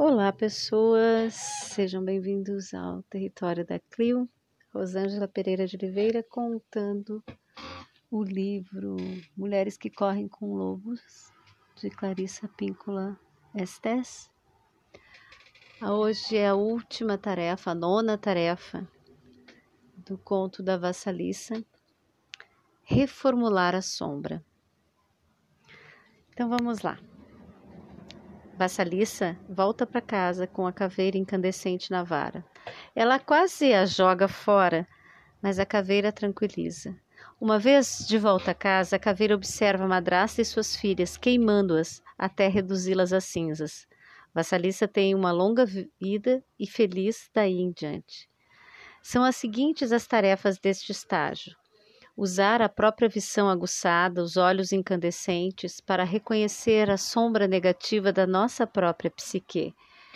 Olá, pessoas! Sejam bem-vindos ao território da Clio. Rosângela Pereira de Oliveira contando o livro Mulheres que Correm com Lobos, de Clarissa Píncola Estés. Hoje é a última tarefa, a nona tarefa do conto da Vassalissa, Reformular a Sombra. Então vamos lá. Vassalissa volta para casa com a caveira incandescente na vara. Ela quase a joga fora, mas a caveira a tranquiliza. Uma vez de volta a casa, a caveira observa a madrasta e suas filhas, queimando-as até reduzi-las a cinzas. Vassalissa tem uma longa vida e feliz daí em diante. São as seguintes as tarefas deste estágio: usar a própria visão aguçada, os olhos incandescentes, para reconhecer a sombra negativa da nossa própria psique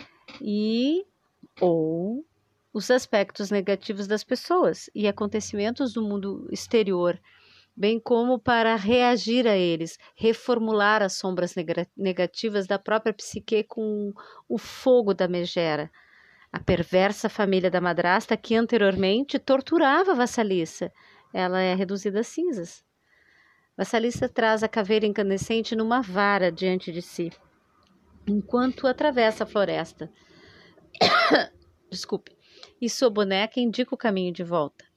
ou os aspectos negativos das pessoas e acontecimentos do mundo exterior, bem como para reagir a eles, reformular as sombras negativas da própria psique com o fogo da megera, a perversa família da madrasta que anteriormente torturava a Vassalissa. Ela é reduzida a cinzas. Vassalissa traz a caveira incandescente numa vara diante de si, enquanto atravessa a floresta. Desculpe. E sua boneca indica o caminho de volta.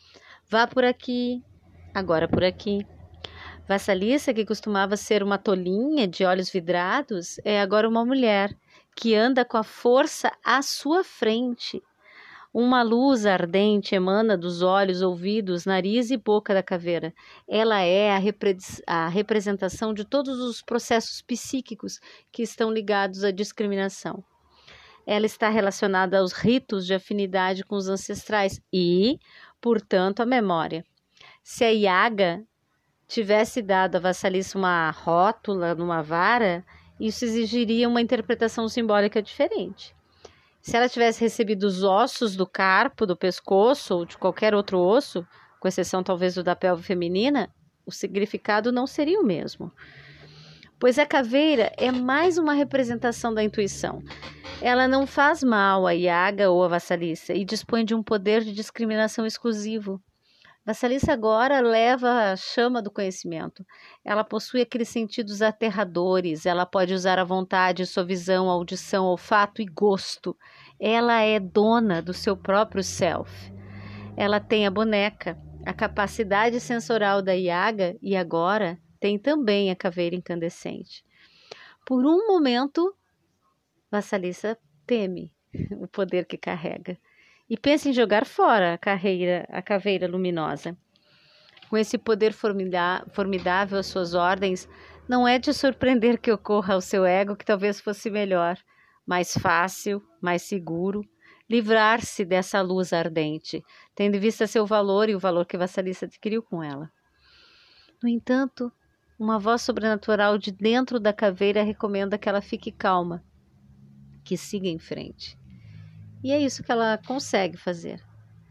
Vá por aqui, agora por aqui. Vassalissa, que costumava ser uma tolinha de olhos vidrados, é agora uma mulher que anda com a força à sua frente. Uma luz ardente emana dos olhos, ouvidos, nariz e boca da caveira. Ela é a representação de todos os processos psíquicos que estão ligados à discriminação. Ela está relacionada aos ritos de afinidade com os ancestrais e, portanto, à memória. Se a Yaga tivesse dado a Vassalissa uma rótula numa vara, isso exigiria uma interpretação simbólica diferente. Se ela tivesse recebido os ossos do carpo, do pescoço ou de qualquer outro osso, com exceção talvez do da pelve feminina, o significado não seria o mesmo. Pois a caveira é mais uma representação da intuição. Ela não faz mal a Yaga ou a Vassalissa e dispõe de um poder de discriminação exclusivo. Vassalissa agora leva a chama do conhecimento. Ela possui aqueles sentidos aterradores, ela pode usar à vontade sua visão, audição, olfato e gosto. Ela é dona do seu próprio self. Ela tem a boneca, a capacidade sensorial da Yaga e agora tem também a caveira incandescente. Por um momento, Vassalissa teme o poder que carrega e pensa em jogar fora a caveira luminosa. Com esse poder formidável às suas ordens, não é de surpreender que ocorra ao seu ego que talvez fosse melhor, mais fácil, mais seguro, livrar-se dessa luz ardente, tendo em vista seu valor e o valor que Vassalissa adquiriu com ela. No entanto, uma voz sobrenatural de dentro da caveira recomenda que ela fique calma, que siga em frente. E é isso que ela consegue fazer.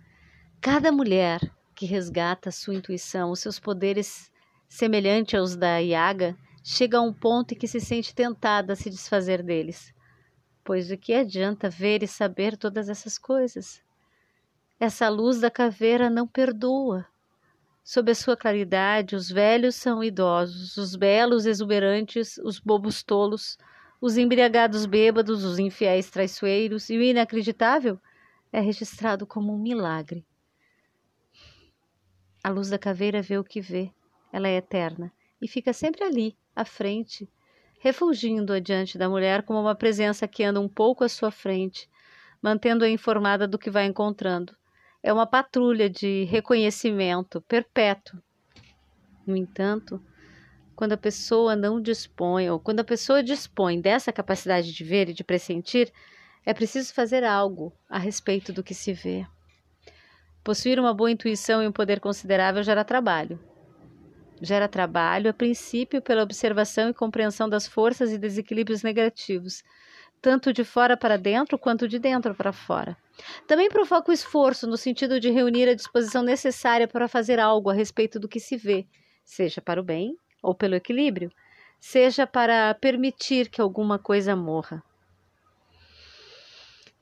Cada mulher que resgata a sua intuição, os seus poderes semelhantes aos da Yaga, chega a um ponto em que se sente tentada a se desfazer deles. Pois de que adianta ver e saber todas essas coisas? Essa luz da caveira não perdoa. Sob a sua claridade, os velhos são idosos, os belos exuberantes, os bobos tolos, os embriagados bêbados, os infiéis traiçoeiros, e o inacreditável é registrado como um milagre. A luz da caveira vê o que vê, ela é eterna, e fica sempre ali, à frente, refulgindo adiante da mulher como uma presença que anda um pouco à sua frente, mantendo-a informada do que vai encontrando. É uma patrulha de reconhecimento perpétuo. No entanto, quando a pessoa não dispõe, ou quando a pessoa dispõe dessa capacidade de ver e de pressentir, é preciso fazer algo a respeito do que se vê. Possuir uma boa intuição e um poder considerável gera trabalho. Gera trabalho, a princípio, pela observação e compreensão das forças e desequilíbrios negativos, tanto de fora para dentro quanto de dentro para fora. Também provoca o esforço no sentido de reunir a disposição necessária para fazer algo a respeito do que se vê, seja para o bem ou pelo equilíbrio, seja para permitir que alguma coisa morra.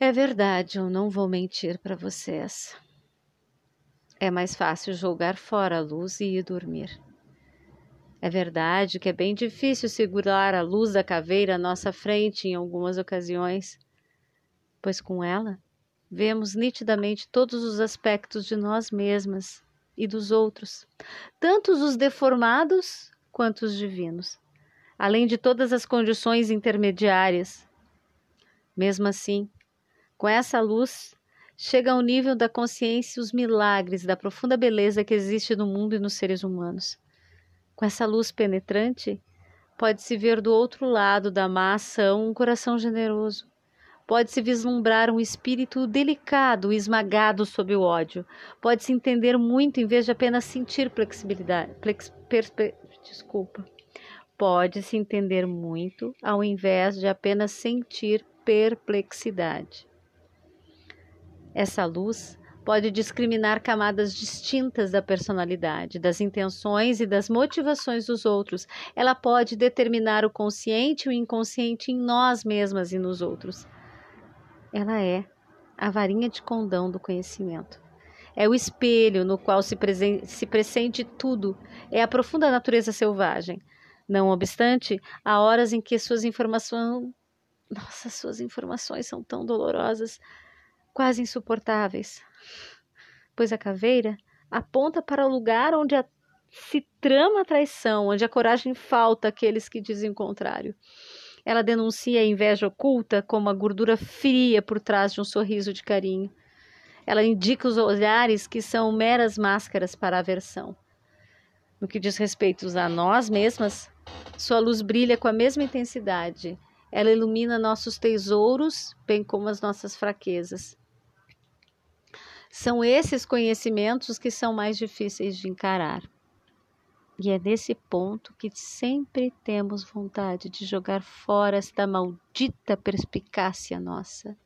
É verdade, eu não vou mentir para vocês. É mais fácil jogar fora a luz e ir dormir. É verdade que é bem difícil segurar a luz da caveira à nossa frente em algumas ocasiões, pois com ela vemos nitidamente todos os aspectos de nós mesmas e dos outros, tanto os deformados quanto os divinos, além de todas as condições intermediárias. Mesmo assim, com essa luz, chega ao nível da consciência os milagres da profunda beleza que existe no mundo e nos seres humanos. Com essa luz penetrante, pode-se ver do outro lado da má ação um coração generoso. Pode-se vislumbrar um espírito delicado e esmagado sob o ódio. Pode-se entender muito em vez de apenas sentir Pode-se entender muito ao invés de apenas sentir perplexidade. Essa luz pode discriminar camadas distintas da personalidade, das intenções e das motivações dos outros. Ela pode determinar o consciente e o inconsciente em nós mesmas e nos outros. Ela é a varinha de condão do conhecimento. É o espelho no qual se pressente tudo. É a profunda natureza selvagem. Não obstante, há horas em que suas informações são tão dolorosas, quase insuportáveis, pois a caveira aponta para o lugar onde se trama a traição, onde a coragem falta àqueles que dizem o contrário. Ela denuncia a inveja oculta como a gordura fria por trás de um sorriso de carinho. Ela indica os olhares que são meras máscaras para a aversão. No que diz respeito a nós mesmas, sua luz brilha com a mesma intensidade. Ela ilumina nossos tesouros, bem como as nossas fraquezas. São esses conhecimentos que são mais difíceis de encarar. E é nesse ponto que sempre temos vontade de jogar fora esta maldita perspicácia nossa.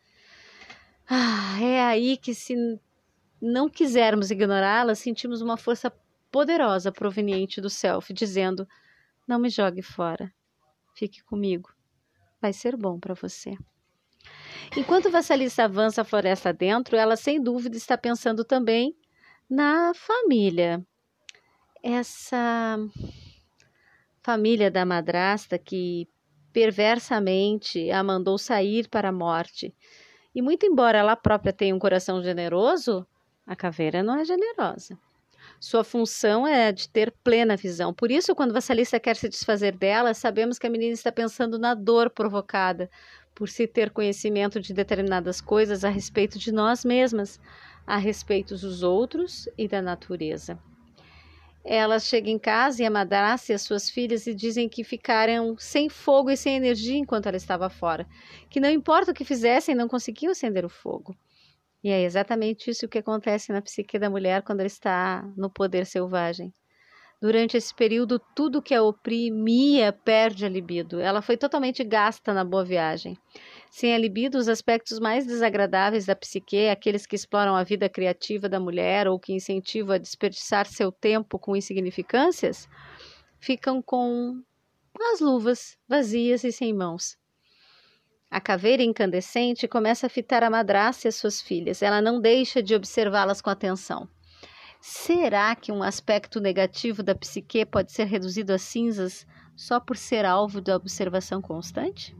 É aí que, se não quisermos ignorá-la, sentimos uma força poderosa proveniente do self, dizendo: não me jogue fora, fique comigo, vai ser bom para você. Enquanto a vassalista avança a floresta dentro, ela sem dúvida está pensando também na família. Essa família da madrasta que perversamente a mandou sair para a morte. E muito embora ela própria tenha um coração generoso, a caveira não é generosa. Sua função é de ter plena visão. Por isso, quando a vassalista quer se desfazer dela, sabemos que a menina está pensando na dor provocada por se ter conhecimento de determinadas coisas a respeito de nós mesmas, a respeito dos outros e da natureza. Ela chega em casa e a madrasta e as suas filhas lhe dizem que ficaram sem fogo e sem energia enquanto ela estava fora, que não importa o que fizessem, não conseguiam acender o fogo. E é exatamente isso que acontece na psique da mulher quando ela está no poder selvagem. Durante esse período, tudo que a oprimia perde a libido. Ela foi totalmente gasta na boa viagem. Sem a libido, os aspectos mais desagradáveis da psique, aqueles que exploram a vida criativa da mulher ou que incentivam a desperdiçar seu tempo com insignificâncias, ficam com as luvas vazias e sem mãos. A caveira incandescente começa a fitar a madrasta e as suas filhas. Ela não deixa de observá-las com atenção. Será que um aspecto negativo da psique pode ser reduzido a cinzas só por ser alvo da observação constante?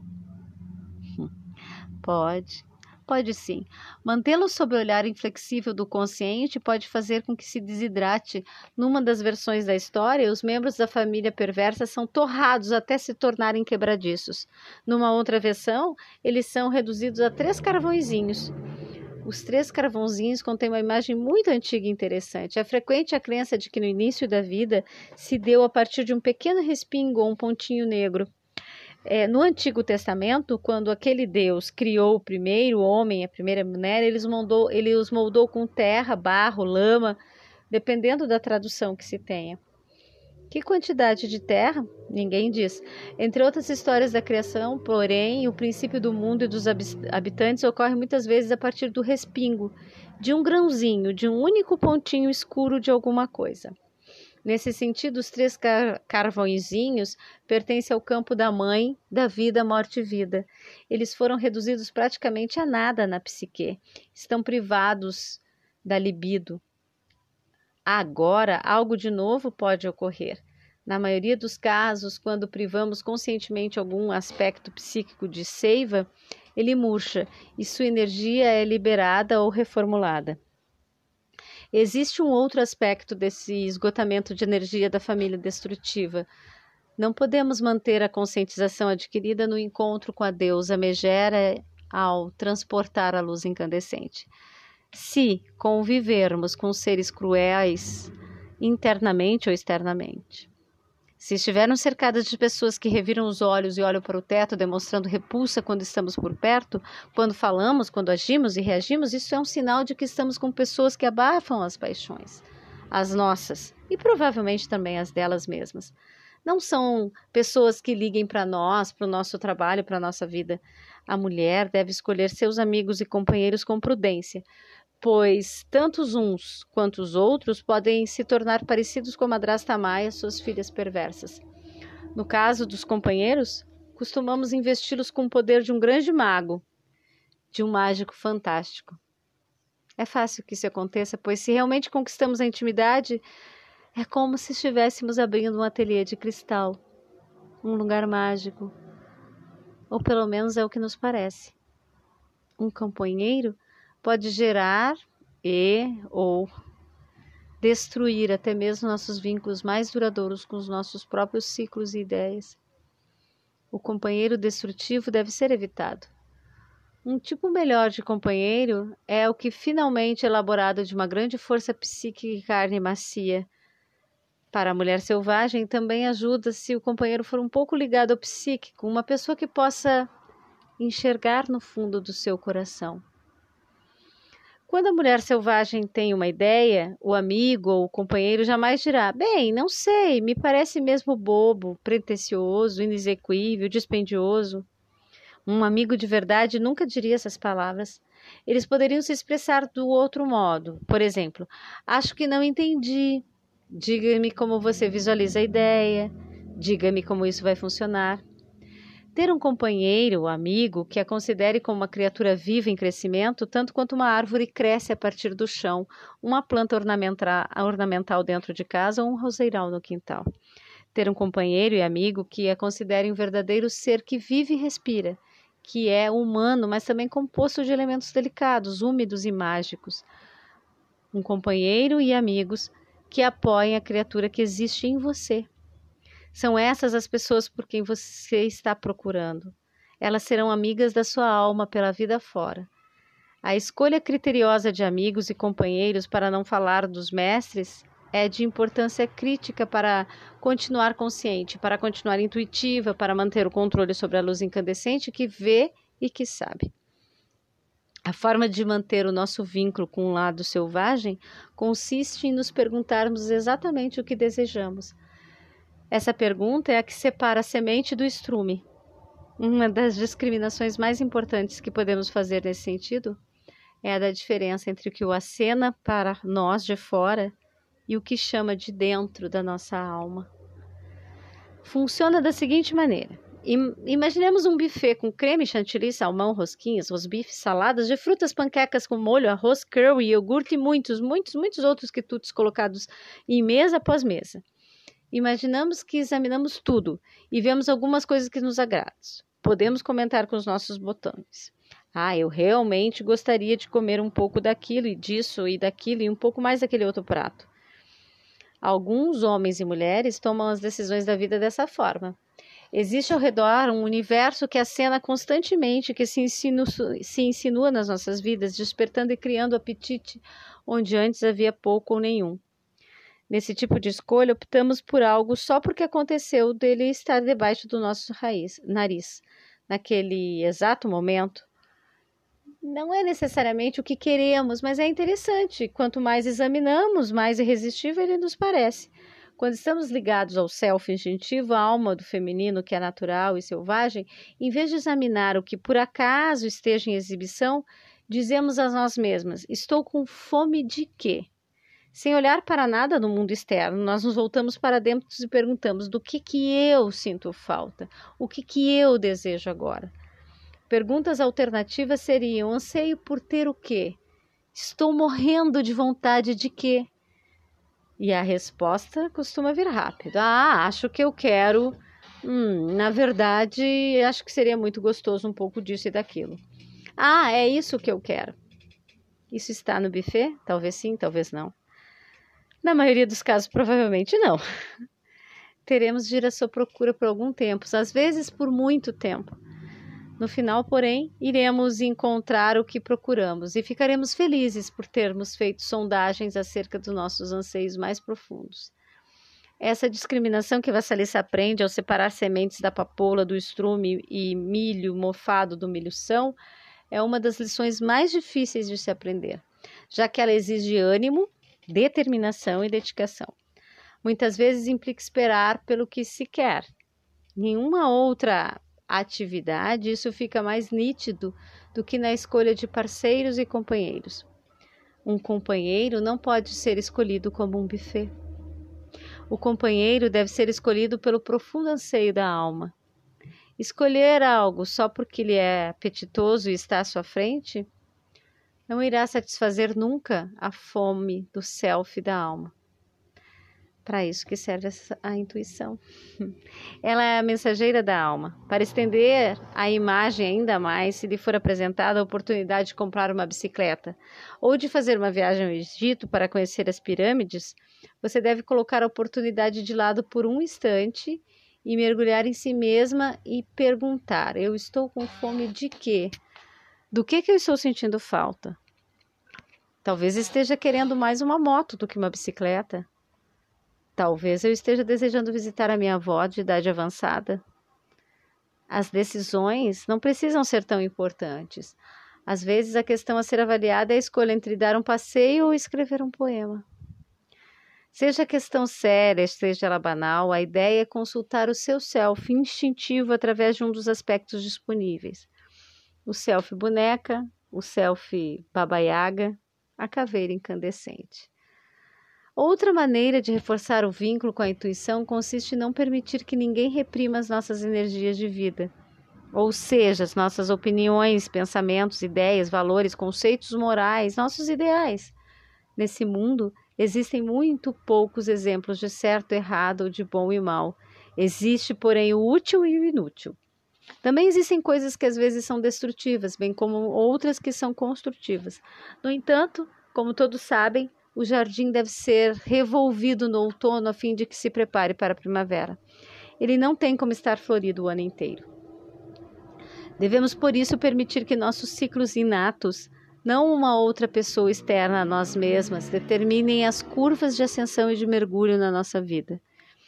Pode sim. Mantê-lo sob o olhar inflexível do consciente pode fazer com que se desidrate. Numa das versões da história, os membros da família perversa são torrados até se tornarem quebradiços. Numa outra versão, eles são reduzidos a 3 carvõezinhos. Os 3 carvãozinhos contêm uma imagem muito antiga e interessante. É frequente a crença de que no início da vida se deu a partir de um pequeno respingo ou um pontinho negro. No Antigo Testamento, quando aquele Deus criou o primeiro homem, a primeira mulher, ele os moldou com terra, barro, lama, dependendo da tradução que se tenha. Que quantidade de terra? Ninguém diz. Entre outras histórias da criação, porém, o princípio do mundo e dos habitantes ocorre muitas vezes a partir do respingo, de um grãozinho, de um único pontinho escuro de alguma coisa. Nesse sentido, os 3 carvõezinhos pertencem ao campo da mãe, da vida, morte e vida. Eles foram reduzidos praticamente a nada na psique. Estão privados da libido. Agora, algo de novo pode ocorrer. Na maioria dos casos, quando privamos conscientemente algum aspecto psíquico de seiva, ele murcha e sua energia é liberada ou reformulada. Existe um outro aspecto desse esgotamento de energia da família destrutiva. Não podemos manter a conscientização adquirida no encontro com a deusa Megera ao transportar a luz incandescente. Se convivermos com seres cruéis internamente ou externamente, se estivermos cercadas de pessoas que reviram os olhos e olham para o teto, demonstrando repulsa quando estamos por perto, quando falamos, quando agimos e reagimos, isso é um sinal de que estamos com pessoas que abafam as paixões, as nossas e provavelmente também as delas mesmas. Não são pessoas que liguem para nós, para o nosso trabalho, para a nossa vida. A mulher deve escolher seus amigos e companheiros com prudência, pois tanto os uns quanto os outros podem se tornar parecidos com a madrasta má e suas filhas perversas. No caso dos companheiros, costumamos investi-los com o poder de um grande mago, de um mágico fantástico. É fácil que isso aconteça, pois se realmente conquistamos a intimidade, é como se estivéssemos abrindo um ateliê de cristal, um lugar mágico, ou pelo menos é o que nos parece. Um companheiro pode gerar ou destruir até mesmo nossos vínculos mais duradouros com os nossos próprios ciclos e ideias. O companheiro destrutivo deve ser evitado. Um tipo melhor de companheiro é o que finalmente é elaborado de uma grande força psíquica e carne macia. Para a mulher selvagem também ajuda se o companheiro for um pouco ligado ao psíquico, uma pessoa que possa enxergar no fundo do seu coração. Quando a mulher selvagem tem uma ideia, o amigo ou o companheiro jamais dirá: bem, não sei, me parece mesmo bobo, pretensioso, inexequível, dispendioso. Um amigo de verdade nunca diria essas palavras. Eles poderiam se expressar do outro modo. Por exemplo, acho que não entendi. Diga-me como você visualiza a ideia. Diga-me como isso vai funcionar. Ter um companheiro, amigo, que a considere como uma criatura viva em crescimento, tanto quanto uma árvore cresce a partir do chão, uma planta ornamental dentro de casa ou um roseiral no quintal. Ter um companheiro e amigo que a considere um verdadeiro ser que vive e respira, que é humano, mas também composto de elementos delicados, úmidos e mágicos. Um companheiro e amigos que apoiem a criatura que existe em você. São essas as pessoas por quem você está procurando. Elas serão amigas da sua alma pela vida fora. A escolha criteriosa de amigos e companheiros, para não falar dos mestres, é de importância crítica para continuar consciente, para continuar intuitiva, para manter o controle sobre a luz incandescente que vê e que sabe. A forma de manter o nosso vínculo com o lado selvagem consiste em nos perguntarmos exatamente o que desejamos. Essa pergunta é a que separa a semente do estrume. Uma das discriminações mais importantes que podemos fazer nesse sentido é a da diferença entre o que o acena para nós de fora e o que chama de dentro da nossa alma. Funciona da seguinte maneira. Imaginemos um buffet com creme chantilly, salmão, rosquinhas, rosbife, saladas de frutas, panquecas com molho, arroz, curry, iogurte e muitos outros quitutes colocados em mesa após mesa. Imaginamos que examinamos tudo e vemos algumas coisas que nos agradam. Podemos comentar com os nossos botões. Eu realmente gostaria de comer um pouco daquilo e disso e daquilo e um pouco mais daquele outro prato. Alguns homens e mulheres tomam as decisões da vida dessa forma. Existe ao redor um universo que acena constantemente, que se insinua nas nossas vidas, despertando e criando apetite onde antes havia pouco ou nenhum. Nesse tipo de escolha, optamos por algo só porque aconteceu dele estar debaixo do nosso nariz. Naquele exato momento, não é necessariamente o que queremos, mas é interessante. Quanto mais examinamos, mais irresistível ele nos parece. Quando estamos ligados ao self instintivo, a alma do feminino, que é natural e selvagem, em vez de examinar o que por acaso esteja em exibição, dizemos a nós mesmas: estou com fome de quê? Sem olhar para nada no mundo externo, nós nos voltamos para dentro e perguntamos do que eu sinto falta, o que eu desejo agora. Perguntas alternativas seriam: anseio por ter o quê? Estou morrendo de vontade de quê? E a resposta costuma vir rápido. Acho que eu quero. Na verdade, acho que seria muito gostoso um pouco disso e daquilo. É isso que eu quero. Isso está no buffet? Talvez sim, talvez não. Na maioria dos casos, provavelmente não. Teremos de ir à sua procura por algum tempo, às vezes por muito tempo. No final, porém, iremos encontrar o que procuramos e ficaremos felizes por termos feito sondagens acerca dos nossos anseios mais profundos. Essa discriminação que Vassalissa aprende ao separar sementes da papoula, do estrume e milho mofado do milho-são é uma das lições mais difíceis de se aprender, já que ela exige ânimo, determinação e dedicação. Muitas vezes implica esperar pelo que se quer. Nenhuma outra atividade, isso fica mais nítido do que na escolha de parceiros e companheiros. Um companheiro não pode ser escolhido como um buffet. O companheiro deve ser escolhido pelo profundo anseio da alma. Escolher algo só porque ele é apetitoso e está à sua frente não irá satisfazer nunca a fome do self da alma. Para isso que serve a intuição. Ela é a mensageira da alma. Para estender a imagem ainda mais, se lhe for apresentada a oportunidade de comprar uma bicicleta ou de fazer uma viagem ao Egito para conhecer as pirâmides, você deve colocar a oportunidade de lado por um instante e mergulhar em si mesma e perguntar: eu estou com fome de quê? Do que eu estou sentindo falta? Talvez esteja querendo mais uma moto do que uma bicicleta. Talvez eu esteja desejando visitar a minha avó de idade avançada. As decisões não precisam ser tão importantes. Às vezes a questão a ser avaliada é a escolha entre dar um passeio ou escrever um poema. Seja a questão séria, seja ela banal, a ideia é consultar o seu self instintivo através de um dos aspectos disponíveis. O self boneca, o self baba yaga, a caveira incandescente. Outra maneira de reforçar o vínculo com a intuição consiste em não permitir que ninguém reprima as nossas energias de vida, ou seja, as nossas opiniões, pensamentos, ideias, valores, conceitos morais, nossos ideais. Nesse mundo, existem muito poucos exemplos de certo e errado ou de bom e mal. Existe, porém, o útil e o inútil. Também existem coisas que às vezes são destrutivas, bem como outras que são construtivas. No entanto, como todos sabem, o jardim deve ser revolvido no outono a fim de que se prepare para a primavera. Ele não tem como estar florido o ano inteiro. Devemos, por isso, permitir que nossos ciclos inatos, não uma outra pessoa externa a nós mesmas, determinem as curvas de ascensão e de mergulho na nossa vida.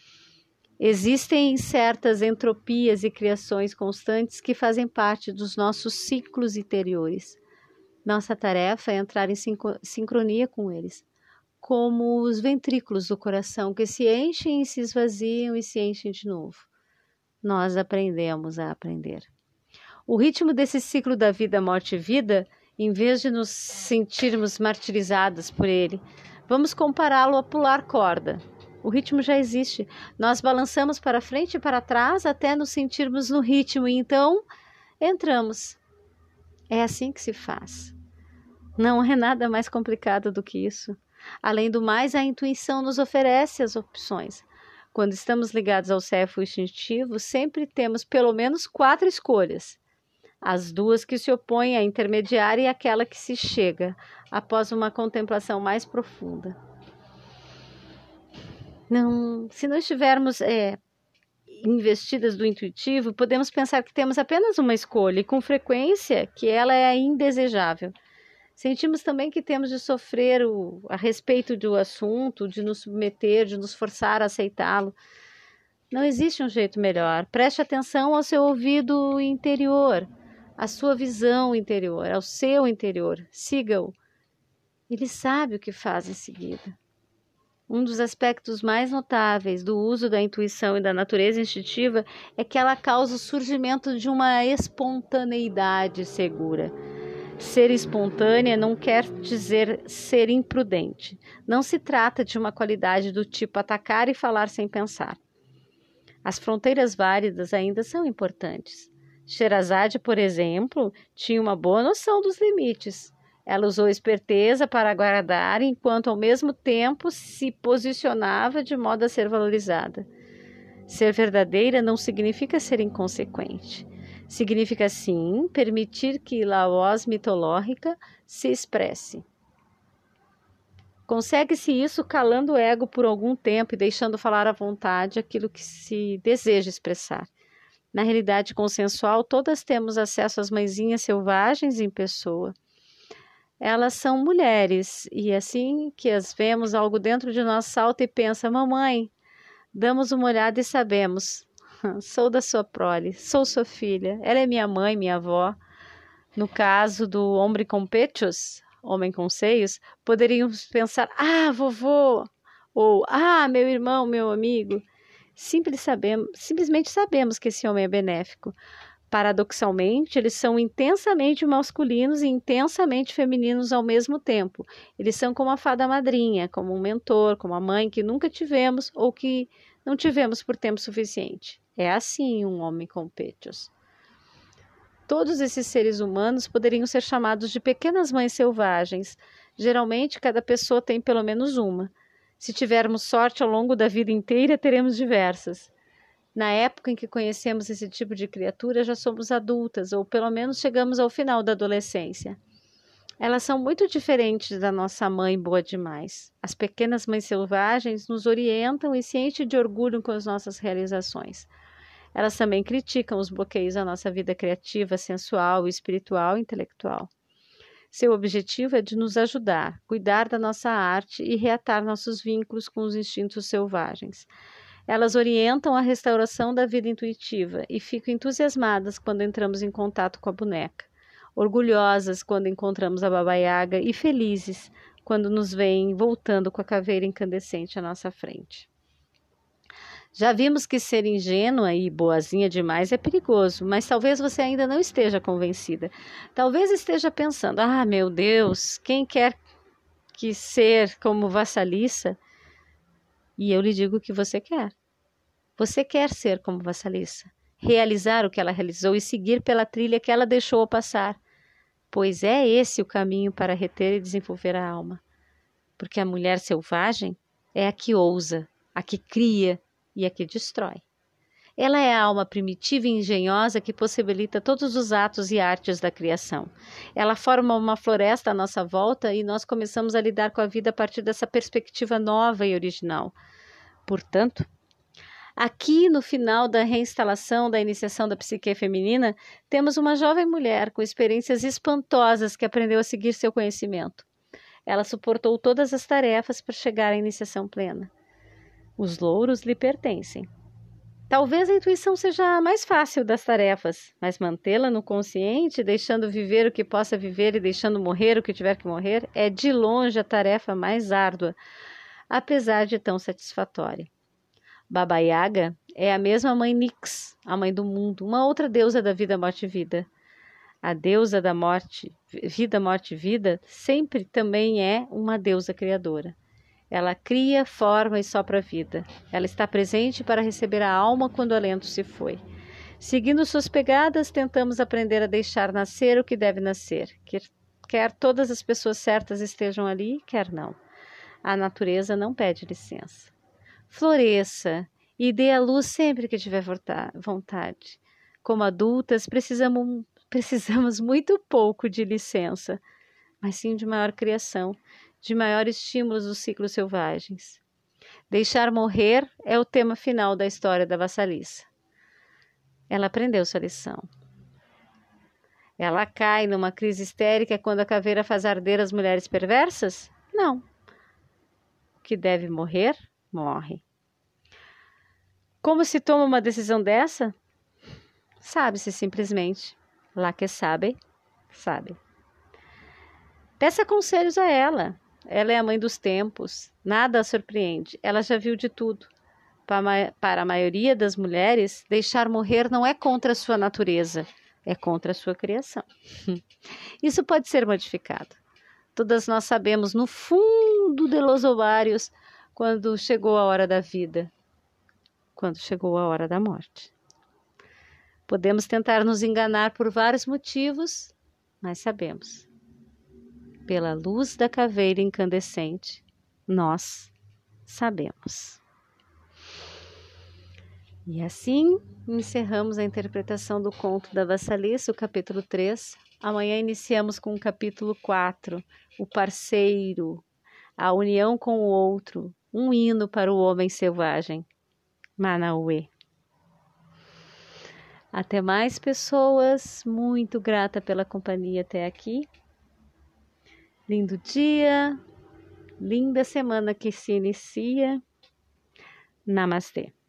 Existem certas entropias e criações constantes que fazem parte dos nossos ciclos interiores. Nossa tarefa é entrar em sincronia com eles, como os ventrículos do coração que se enchem e se esvaziam e se enchem de novo. Nós aprendemos a aprender. O ritmo desse ciclo da vida, morte e vida, em vez de nos sentirmos martirizadas por ele, vamos compará-lo a pular corda. O ritmo já existe. Nós balançamos para frente e para trás até nos sentirmos no ritmo e então entramos. É assim que se faz. Não é nada mais complicado do que isso. Além do mais, a intuição nos oferece as opções. Quando estamos ligados ao self instintivo, sempre temos pelo menos 4 escolhas. As 2 que se opõem à intermediária e aquela que se chega, após uma contemplação mais profunda. Se não estivermos investidas do intuitivo, podemos pensar que temos apenas uma escolha e, com frequência, que ela é indesejável. Sentimos também que temos de sofrer a respeito do assunto, de nos submeter, de nos forçar a aceitá-lo. Não existe um jeito melhor. Preste atenção ao seu ouvido interior, à sua visão interior, ao seu interior. Siga-o. Ele sabe o que faz em seguida. Um dos aspectos mais notáveis do uso da intuição e da natureza instintiva é que ela causa o surgimento de uma espontaneidade segura. Ser espontânea não quer dizer ser imprudente. Não se trata de uma qualidade do tipo atacar e falar sem pensar. As fronteiras válidas ainda são importantes. Sherazade, por exemplo, tinha uma boa noção dos limites. Ela usou esperteza para agradar, enquanto ao mesmo tempo se posicionava de modo a ser valorizada. Ser verdadeira não significa ser inconsequente. Significa, sim, permitir que a voz mitológica se expresse. Consegue-se isso calando o ego por algum tempo e deixando falar à vontade aquilo que se deseja expressar. Na realidade consensual, todas temos acesso às mãezinhas selvagens em pessoa. Elas são mulheres, e assim que as vemos, algo dentro de nós salta e pensa: mamãe, damos uma olhada e sabemos. Sou da sua prole, sou sua filha, ela é minha mãe, minha avó. No caso do homem com pechos, homem com seios, poderíamos pensar: ah, vovô, ou ah, meu irmão, meu amigo. Simplesmente sabemos que esse homem é benéfico. Paradoxalmente, eles são intensamente masculinos e intensamente femininos ao mesmo tempo. Eles são como a fada madrinha, como um mentor, como a mãe que nunca tivemos ou que não tivemos por tempo suficiente. É assim um homem com pechos. Todos esses seres humanos poderiam ser chamados de pequenas mães selvagens. Geralmente, cada pessoa tem pelo menos uma. Se tivermos sorte ao longo da vida inteira, teremos diversas. Na época em que conhecemos esse tipo de criatura, já somos adultas, ou pelo menos chegamos ao final da adolescência. Elas são muito diferentes da nossa mãe boa demais. As pequenas mães selvagens nos orientam e se enchem de orgulho com as nossas realizações. Elas também criticam os bloqueios à nossa vida criativa, sensual, espiritual e intelectual. Seu objetivo é de nos ajudar, cuidar da nossa arte e reatar nossos vínculos com os instintos selvagens. Elas orientam a restauração da vida intuitiva e ficam entusiasmadas quando entramos em contato com a boneca, orgulhosas quando encontramos a Baba Yaga e felizes quando nos veem voltando com a caveira incandescente à nossa frente. Já vimos que ser ingênua e boazinha demais é perigoso, mas talvez você ainda não esteja convencida. Talvez esteja pensando: ah, meu Deus, quem quer que ser como Vassalissa? E eu lhe digo que você quer. Você quer ser como Vassalissa, realizar o que ela realizou e seguir pela trilha que ela deixou passar, pois é esse o caminho para reter e desenvolver a alma. Porque a mulher selvagem é a que ousa, a que cria e a que destrói. Ela é a alma primitiva e engenhosa que possibilita todos os atos e artes da criação. Ela forma uma floresta à nossa volta e nós começamos a lidar com a vida a partir dessa perspectiva nova e original. Portanto, aqui no final da reinstalação da iniciação da psique feminina, temos uma jovem mulher com experiências espantosas que aprendeu a seguir seu conhecimento. Ela suportou todas as tarefas para chegar à iniciação plena. Os louros lhe pertencem. Talvez a intuição seja a mais fácil das tarefas, mas mantê-la no consciente, deixando viver o que possa viver e deixando morrer o que tiver que morrer, é de longe a tarefa mais árdua, apesar de tão satisfatória. Baba Yaga é a mesma mãe Nix, a mãe do mundo, uma outra deusa da vida, morte e vida. A deusa da morte, vida, sempre também é uma deusa criadora. Ela cria, forma e sopra a vida. Ela está presente para receber a alma quando o alento se foi. Seguindo suas pegadas, tentamos aprender a deixar nascer o que deve nascer. Quer todas as pessoas certas estejam ali, quer não. A natureza não pede licença. Floresça e dê a luz sempre que tiver vontade. Como adultas, precisamos muito pouco de licença, mas sim de maior criação, de maior estímulos dos ciclos selvagens. Deixar morrer é o tema final da história da Vassalissa. Ela aprendeu sua lição. Ela cai numa crise histérica quando a caveira faz arder as mulheres perversas? Não. O que deve morrer, morre. Como se toma uma decisão dessa? Sabe-se simplesmente. Lá que sabe, sabe. Peça conselhos a ela. Ela é a mãe dos tempos. Nada a surpreende. Ela já viu de tudo. Para a maioria das mulheres, deixar morrer não é contra a sua natureza, é contra a sua criação. Isso pode ser modificado. Todas nós sabemos no fundo de los ovários quando chegou a hora da vida, quando chegou a hora da morte. Podemos tentar nos enganar por vários motivos, mas sabemos. Pela luz da caveira incandescente, nós sabemos. E assim encerramos a interpretação do conto da Vassalice, o capítulo 3. Amanhã iniciamos com o capítulo 4, o parceiro, a união com o outro, um hino para o homem selvagem, Manauê. Até mais, pessoas, muito grata pela companhia até aqui. Lindo dia, linda semana que se inicia. Namastê.